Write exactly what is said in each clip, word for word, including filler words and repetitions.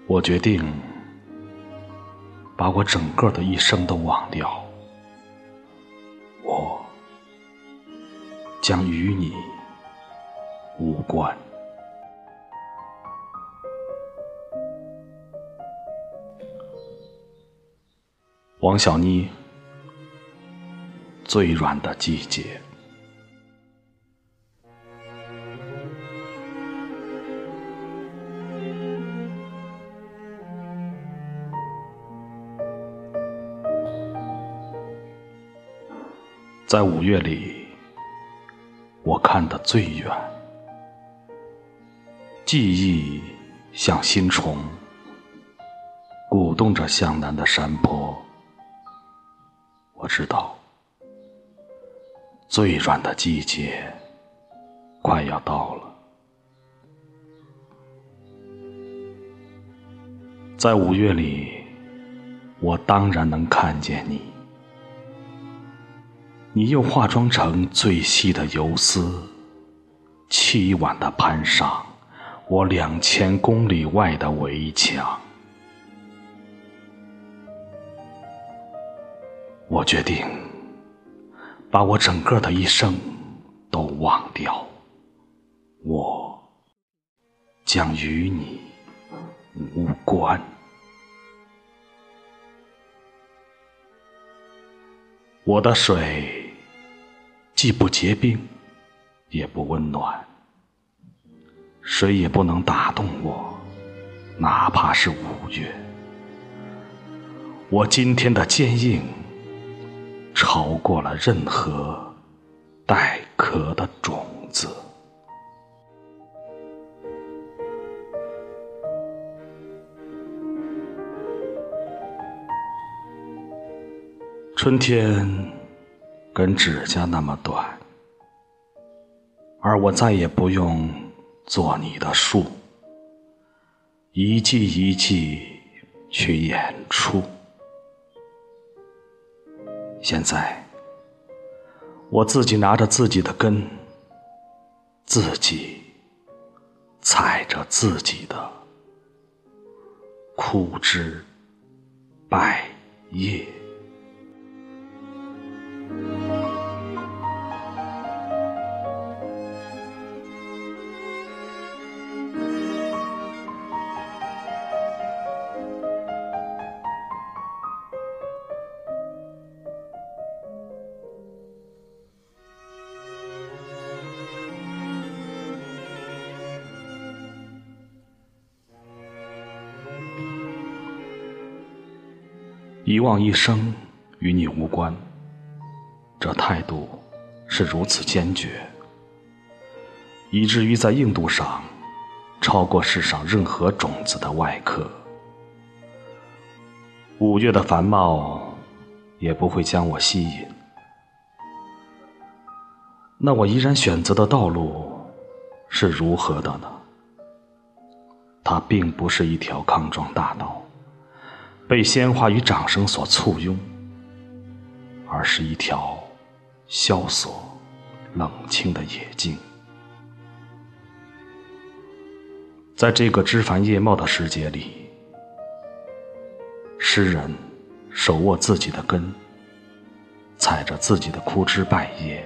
我决定把我整个的一生都忘掉，我将与你无关。王小妮，最软的季节。在五月里，我看得最远，记忆像新虫，鼓动着向南的山坡。我知道，最软的季节快要到了。在五月里，我当然能看见你，你又化妆成最细的游丝，凄婉地攀上我两千公里外的围墙。我决定把我整个的一生都忘掉，我将与你无关。我的水既不结冰，也不温暖，谁也不能打动我，哪怕是五月。我今天的坚硬超过了任何带壳的种子。春天跟指甲那么短，而我再也不用做你的树，一季一季去演出。现在我自己拿着自己的根，自己踩着自己的枯枝败叶。遗忘一生与你无关，这态度是如此坚决，以至于在硬度上超过世上任何种子的外壳。五月的繁茂也不会将我吸引，那我依然选择的道路是如何的呢？它并不是一条康庄大道，被鲜花与掌声所簇拥，而是一条萧索冷清的野径。在这个枝繁叶茂的世界里，诗人手握自己的根，踩着自己的枯枝败叶，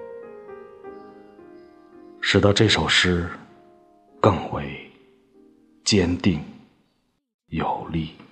使得这首诗更为坚定有力。